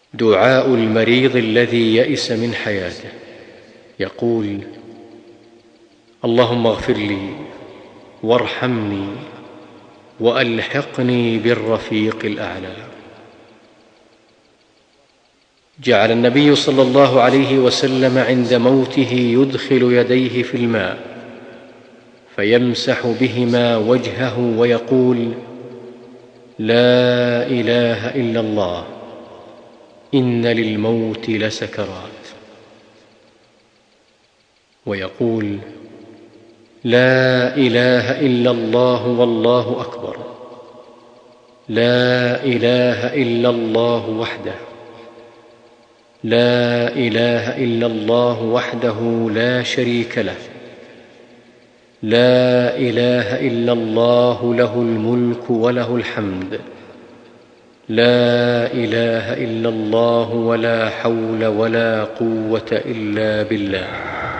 دعاء المريض الذي يئس من حياته، يقول: اللهم اغفر لي وارحمني وألحقني بالرفيق الأعلى. جعل النبي صلى الله عليه وسلم عند موته يدخل يديه في الماء فيمسح بهما وجهه ويقول: لا إله إلا الله، إن للموت لسكرات. ويقول: لا إله إلا الله والله أكبر، لا إله إلا الله وحده، لا إله إلا الله وحده لا شريك له، لا إله إلا الله له الملك وله الحمد، لا إله إلا الله ولا حول ولا قوة إلا بالله.